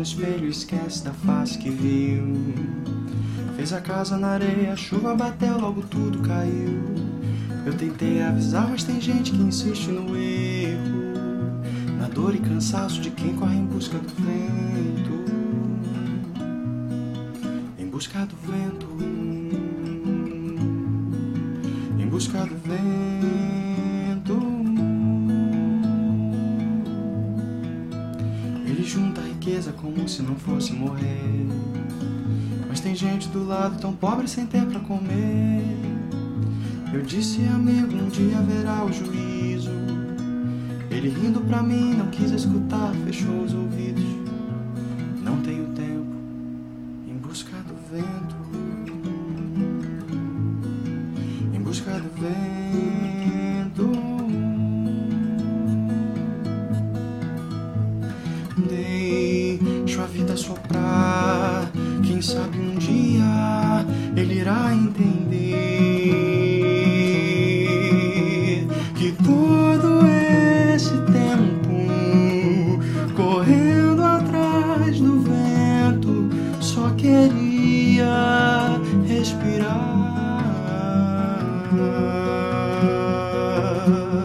no espelho, esquece da face que viu. Fez a casa na areia, a chuva bateu, logo tudo caiu. Eu tentei avisar, mas tem gente que insiste no erro, na dor e cansaço de quem corre em busca do vento. Em busca do vento, em busca do vento. Ele junta a riqueza como se não fosse morrer, mas tem gente do lado tão pobre sem ter pra comer. Eu disse, amigo, um dia haverá o juízo. Ele rindo pra mim, não quis escutar, fechou os ouvidos. Não tenho tempo, em busca do vento, em busca do vento. Deixo a vida soprar, quem sabe um dia ele irá entender que todo esse tempo correndo atrás do vento só queria respirar.